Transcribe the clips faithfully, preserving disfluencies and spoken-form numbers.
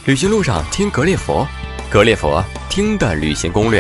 旅行路上听格列佛，格列佛听的旅行攻略。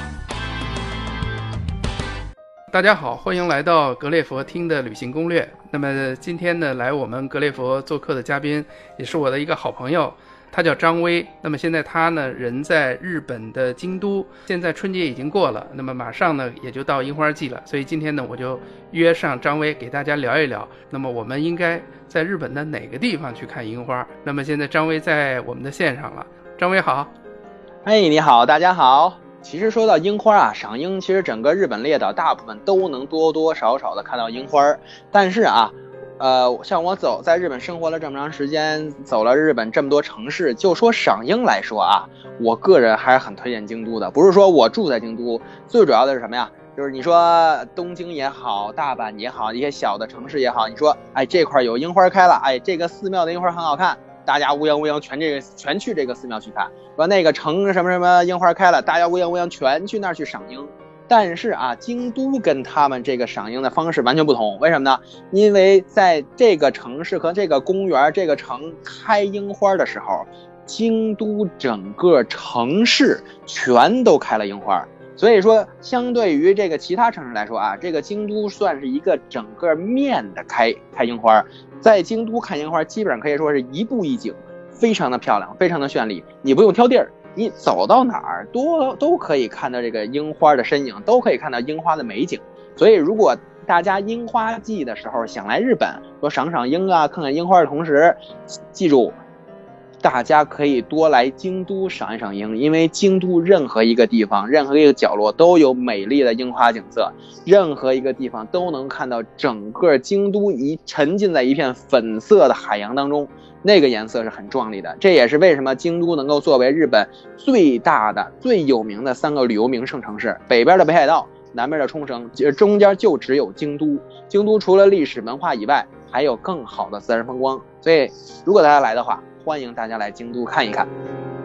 大家好，欢迎来到格列佛听的旅行攻略。那么今天呢，来我们格列佛做客的嘉宾也是我的一个好朋友，他叫张威。那么现在他呢人在日本的京都，现在春节已经过了，那么马上呢也就到樱花季了，所以今天呢我就约上张威给大家聊一聊，那么我们应该在日本的哪个地方去看樱花。那么现在张威在我们的线上了。张威好。 哎，你好，大家好。其实说到樱花啊，赏樱，其实整个日本列岛大部分都能多多少少的看到樱花。但是啊，呃，像我走在日本生活了这么长时间，走了日本这么多城市，就说赏樱来说啊，我个人还是很推荐京都的。不是说我住在京都，最主要的是什么呀？就是你说东京也好，大阪也好，一些小的城市也好，你说哎这块有樱花开了，哎这个寺庙的樱花很好看，大家乌泱乌泱全这个全去这个寺庙去看。说那个城什么什么樱花开了，大家乌泱乌泱全去那儿去赏樱。但是啊，京都跟他们这个赏樱的方式完全不同。为什么呢？因为在这个城市和这个公园这个城开樱花的时候，京都整个城市全都开了樱花。所以说相对于这个其他城市来说啊，这个京都算是一个整个面的开开樱花。在京都看樱花基本上可以说是一步一景，非常的漂亮，非常的绚丽，你不用挑地儿，你走到哪儿都都可以看到这个樱花的身影，都可以看到樱花的美景。所以如果大家樱花季的时候想来日本说赏赏樱啊，看看樱花的同时，记住大家可以多来京都赏一赏樱，因为京都任何一个地方，任何一个角落都有美丽的樱花景色，任何一个地方都能看到整个京都一沉浸在一片粉色的海洋当中，那个颜色是很壮丽的。这也是为什么京都能够作为日本最大的最有名的三个旅游名胜城市，北边的北海道，南边的冲绳，中间就只有京都。京都除了历史文化以外，还有更好的自然风光。所以如果大家来的话，欢迎大家来京都看一看。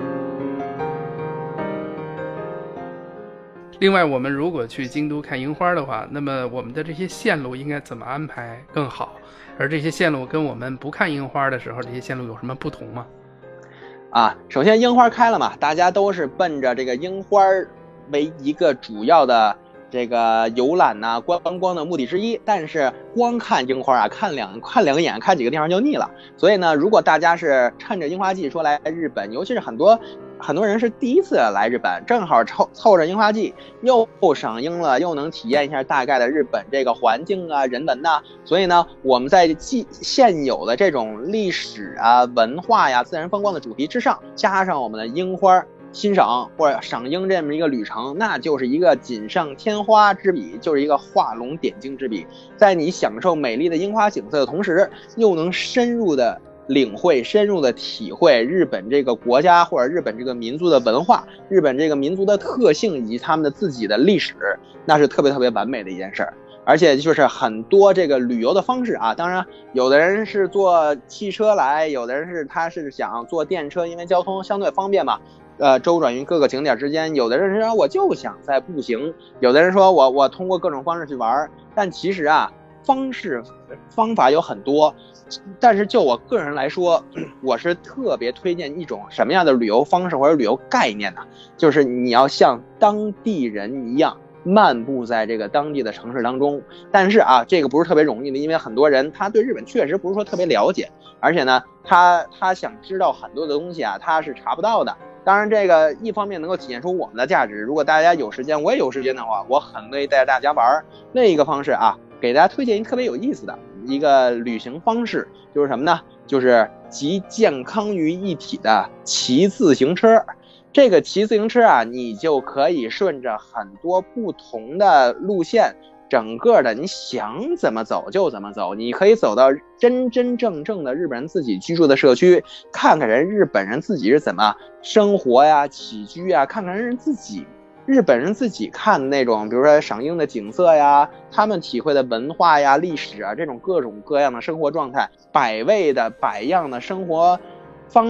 另外，我们如果去京都看樱花的话，那么我们的这些线路应该怎么安排更好？而这些线路跟我们不看樱花的时候这些线路有什么不同吗？ 啊，首先樱花开了嘛，大家都是奔着这个樱花为一个主要的这个游览呐、啊、观光的目的之一。但是光看樱花啊，看两看两眼，看几个地方就腻了。所以呢，如果大家是趁着樱花季说来日本，尤其是很多很多人是第一次来日本，正好凑凑着樱花季，又赏樱了，又能体验一下大概的日本这个环境啊、人文呐、啊。所以呢，我们在既现有的这种历史啊、文化呀、自然风光的主题之上，加上我们的樱花欣赏或者赏樱这么一个旅程，那就是一个锦上添花之笔，就是一个画龙点睛之笔。在你享受美丽的樱花景色的同时，又能深入的领会、深入的体会日本这个国家或者日本这个民族的文化、日本这个民族的特性以及他们的自己的历史，那是特别特别完美的一件事儿。而且就是很多这个旅游的方式啊，当然有的人是坐汽车来，有的人是他是想坐电车，因为交通相对方便嘛。呃，周转于各个景点之间，有的人说我就想在步行，有的人说我我通过各种方式去玩。但其实啊，方式方法有很多，但是就我个人来说，我是特别推荐一种什么样的旅游方式或者旅游概念呢？就是你要像当地人一样漫步在这个当地的城市当中。但是啊，这个不是特别容易的，因为很多人他对日本确实不是说特别了解，而且呢，他他想知道很多的东西啊，他是查不到的。当然这个一方面能够体现出我们的价值，如果大家有时间，我也有时间的话，我很乐意带着大家玩。另一个方式啊，给大家推荐一个特别有意思的一个旅行方式，就是什么呢？就是集健康于一体的骑自行车。这个骑自行车啊，你就可以顺着很多不同的路线，整个的你想怎么走就怎么走，你可以走到真真正正的日本人自己居住的社区，看看人日本人自己是怎么生活呀、起居呀，看看人自己日本人自己看那种比如说赏樱的景色呀，他们体会的文化呀、历史啊，这种各种各样的生活状态，百味的百样的生活方式，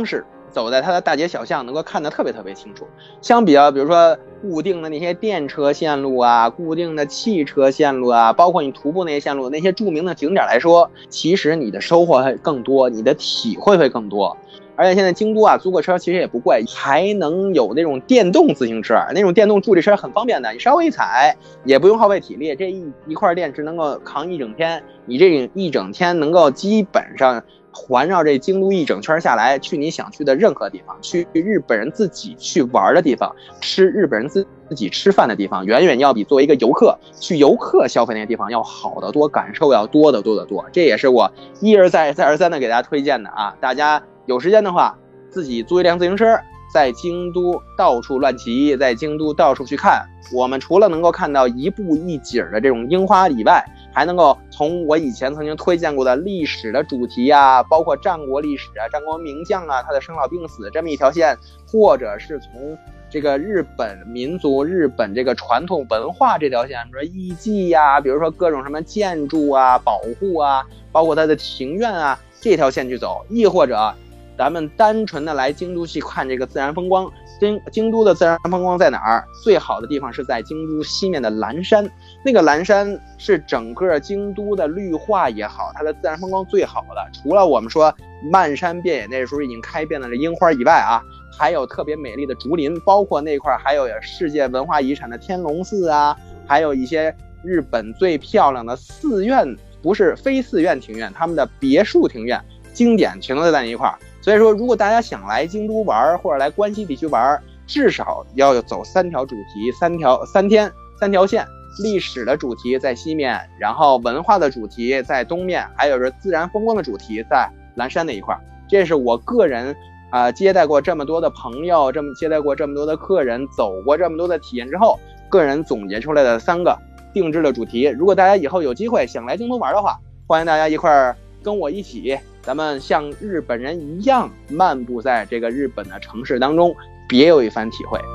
走在它的大街小巷能够看得特别特别清楚。相比较比如说固定的那些电车线路啊，固定的汽车线路啊，包括你徒步那些线路，那些著名的景点来说，其实你的收获会更多，你的体会会更多。而且现在京都啊，租个车其实也不贵，还能有那种电动自行车，那种电动助力车很方便的，你稍微一踩也不用耗费体力，这一一块电池能够扛一整天，你这一整天能够基本上环绕这京都一整圈下来，去你想去的任何地方，去日本人自己去玩的地方，吃日本人自己吃饭的地方，远远要比作为一个游客去游客消费那些地方要好得多，感受要多得多得多。这也是我一而再再而三的给大家推荐的啊！大家有时间的话，自己租一辆自行车，在京都到处乱骑，在京都到处去看。我们除了能够看到一步一景的这种樱花以外，还能够从我以前曾经推荐过的历史的主题啊，包括战国历史啊、战国名将啊，他的生老病死这么一条线，或者是从这个日本民族、日本这个传统文化这条线，比如说艺伎呀，比如说各种什么建筑啊、保护啊，包括它的庭院啊，这条线去走，亦或者咱们单纯的来京都去看这个自然风光。京京都的自然风光在哪儿？最好的地方是在京都西面的岚山，那个岚山是整个京都的绿化也好，它的自然风光最好的。除了我们说漫山遍野那时候已经开遍了樱花以外啊，还有特别美丽的竹林，包括那块还有世界文化遗产的天龙寺啊，还有一些日本最漂亮的寺院，不是非寺院庭院，他们的别墅庭院，经典全都在那一块。所以说，如果大家想来京都玩，或者来关西地区玩，至少要走三条主题，三条三天三条线。历史的主题在西面，然后文化的主题在东面，还有是自然风光的主题在岚山那一块。这是我个人啊、呃、接待过这么多的朋友，这么接待过这么多的客人，走过这么多的体验之后，个人总结出来的三个定制的主题。如果大家以后有机会想来京都玩的话，欢迎大家一块儿跟我一起，咱们像日本人一样漫步在这个日本的城市当中，别有一番体会。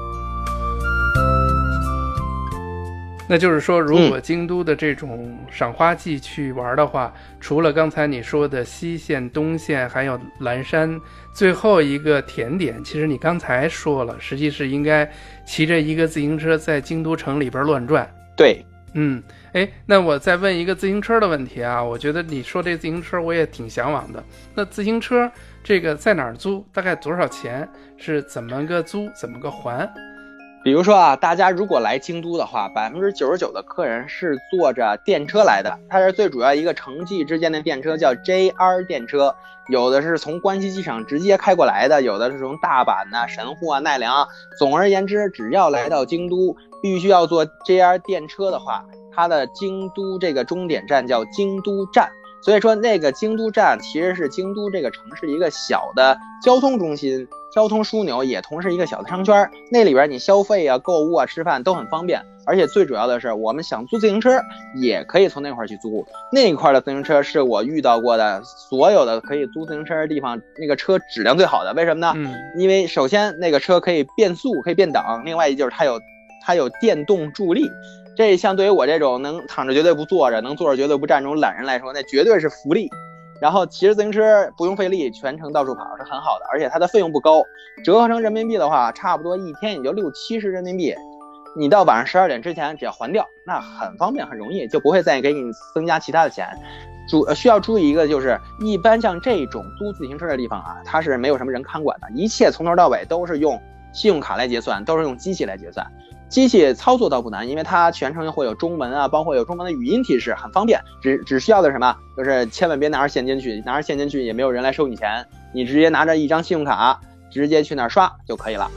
那就是说，如果京都的这种赏花季去玩的话、嗯、除了刚才你说的西线、东线，还有岚山，最后一个甜点其实你刚才说了，实际是应该骑着一个自行车在京都城里边乱转。 对， 嗯，哎，那我再问一个自行车的问题啊，我觉得你说这自行车我也挺向往的。那自行车这个在哪儿租？大概多少钱？是怎么个租？怎么个还？ 比如说啊，大家如果来京都的话，百分之九十九的客人是坐着电车来的，它是最主要一个城际之间的电车，叫 J R 电车。有的是从关西机场直接开过来的，有的是从大阪啊、神户啊、奈良。总而言之，只要来到京都，必须要坐 J R 电车的话，它的京都这个终点站叫京都站。所以说那个京都站其实是京都这个城市一个小的交通中心，交通枢纽，也同时一个小的商圈。那里边你消费啊、购物啊、吃饭都很方便。而且最主要的是，我们想租自行车也可以从那块去租。那块的自行车是我遇到过的所有的可以租自行车的地方，那个车质量最好的。为什么呢？嗯，因为首先那个车可以变速，可以变档，另外就是它有它有电动助力。这相对于我这种能躺着绝对不坐着，能坐着绝对不站这种懒人来说，那绝对是福利。然后骑着自行车不用费力，全程到处跑是很好的，而且它的费用不高，折合成人民币的话，差不多一天也就六七十人民币。你到晚上十二点之前只要还掉，那很方便很容易，就不会再给你增加其他的钱。主需要注意一个就是，一般像这种租自行车的地方啊，它是没有什么人看管的，一切从头到尾都是用信用卡来结算，都是用机器来结算。机器操作倒不难，因为它全程会有中文啊，包括有中文的语音提示，很方便。只只需要的是什么？就是千万别拿着现金去，拿着现金去也没有人来收你钱，你直接拿着一张信用卡，直接去那儿刷就可以了。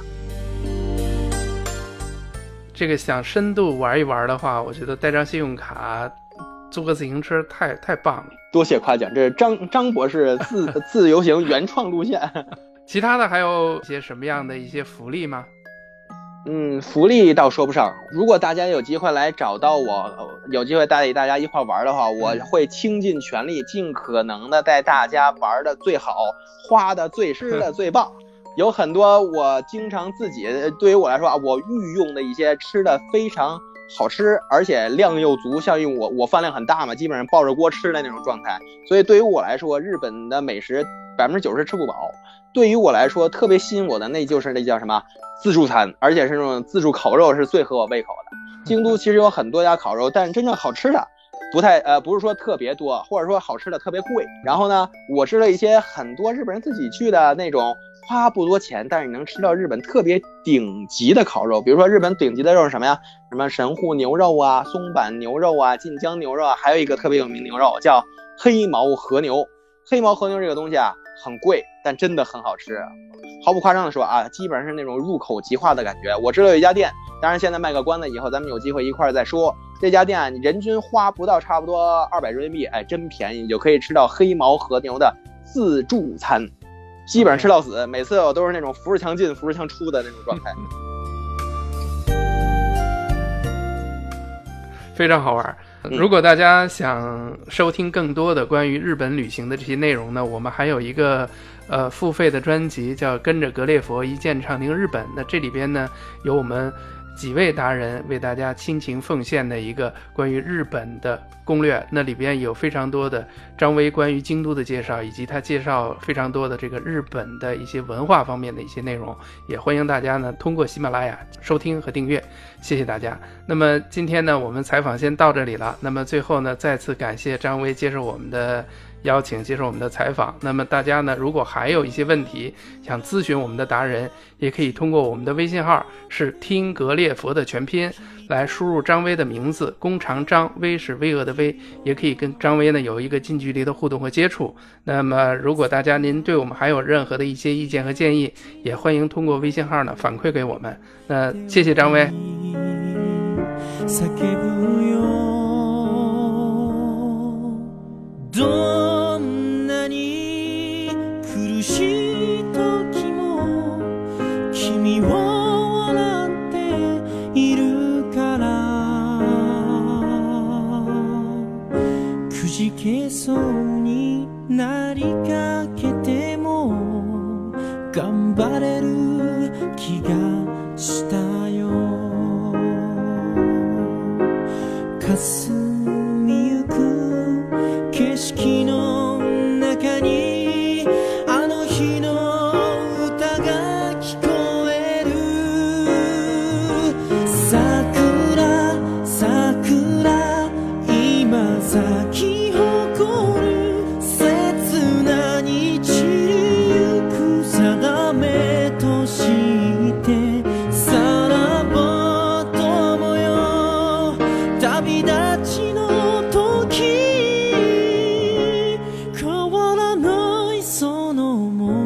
这个想深度玩一玩的话，我觉得带张信用卡租个自行车太太棒了。 多谢夸奖，这是张张博士自自由行原创路线。 其他的还有些什么样的一些福利吗？ 嗯，福利倒说不上。如果大家有机会来找到我，有机会带大家一块玩的话，我会倾尽全力，尽可能的带大家玩的最好，花的最吃的最棒。有很多我经常自己对于我来说啊，我御用的一些吃的非常好吃，而且量又足，像因为我我饭量很大嘛，基本上抱着锅吃的那种状态。所以对于我来说，日本的美食百分之九十吃不饱。 对于我来说特别吸引我的，那就是那叫什么自助餐，而且是那种自助烤肉是最合我胃口的。京都其实有很多家烤肉，但真正好吃的不太呃不是说特别多，或者说好吃的特别贵。然后呢，我吃了一些很多日本人自己去的那种花不多钱，但是你能吃到日本特别顶级的烤肉。比如说日本顶级的肉是什么呀？什么神户牛肉啊、松阪牛肉啊、晋江牛肉啊，还有一个特别有名牛肉叫黑毛和牛。黑毛和牛这个东西啊很贵，但真的很好吃。毫不夸张的说啊，基本上是那种入口即化的感觉。我知道有一家店，当然现在卖个关子，以后咱们有机会一块再说。这家店啊，你人均花不到差不多二百人民币，哎，真便宜，你就可以吃到黑毛和牛的自助餐，基本上吃到死。每次我都是那种扶着墙进扶着墙出的那种状态。 非常好玩。如果大家想收听更多的关于日本旅行的这些内容呢，我们还有一个呃付费的专辑叫跟着格列佛一键畅听日本。那这里边呢有我们几位达人为大家倾情奉献的一个关于日本的攻略，那里边有非常多的张威关于京都的介绍，以及他介绍非常多的这个日本的一些文化方面的一些内容，也欢迎大家呢通过喜马拉雅收听和订阅，谢谢大家。那么今天呢我们采访先到这里了，那么最后呢再次感谢张威接受我们的邀请，接受我们的采访。那么大家呢如果还有一些问题想咨询我们的达人，也可以通过我们的微信号是听格列佛的全拼来输入张威的名字，弓长张，威是巍峨的威，也可以跟张威呢有一个近距离的互动和接触。那么如果大家您对我们还有任何的一些意见和建议，也欢迎通过微信号呢反馈给我们。那谢谢张威。 どんなに苦しい時も君は笑っているからくじけそうになりかけても頑張れる気がしたよ霞みゆく景色の中にあの日の歌が聞こえる桜桜今咲き誇る切なに散りゆく定めとしてさらば友よ旅立ちの時変わらないそのもの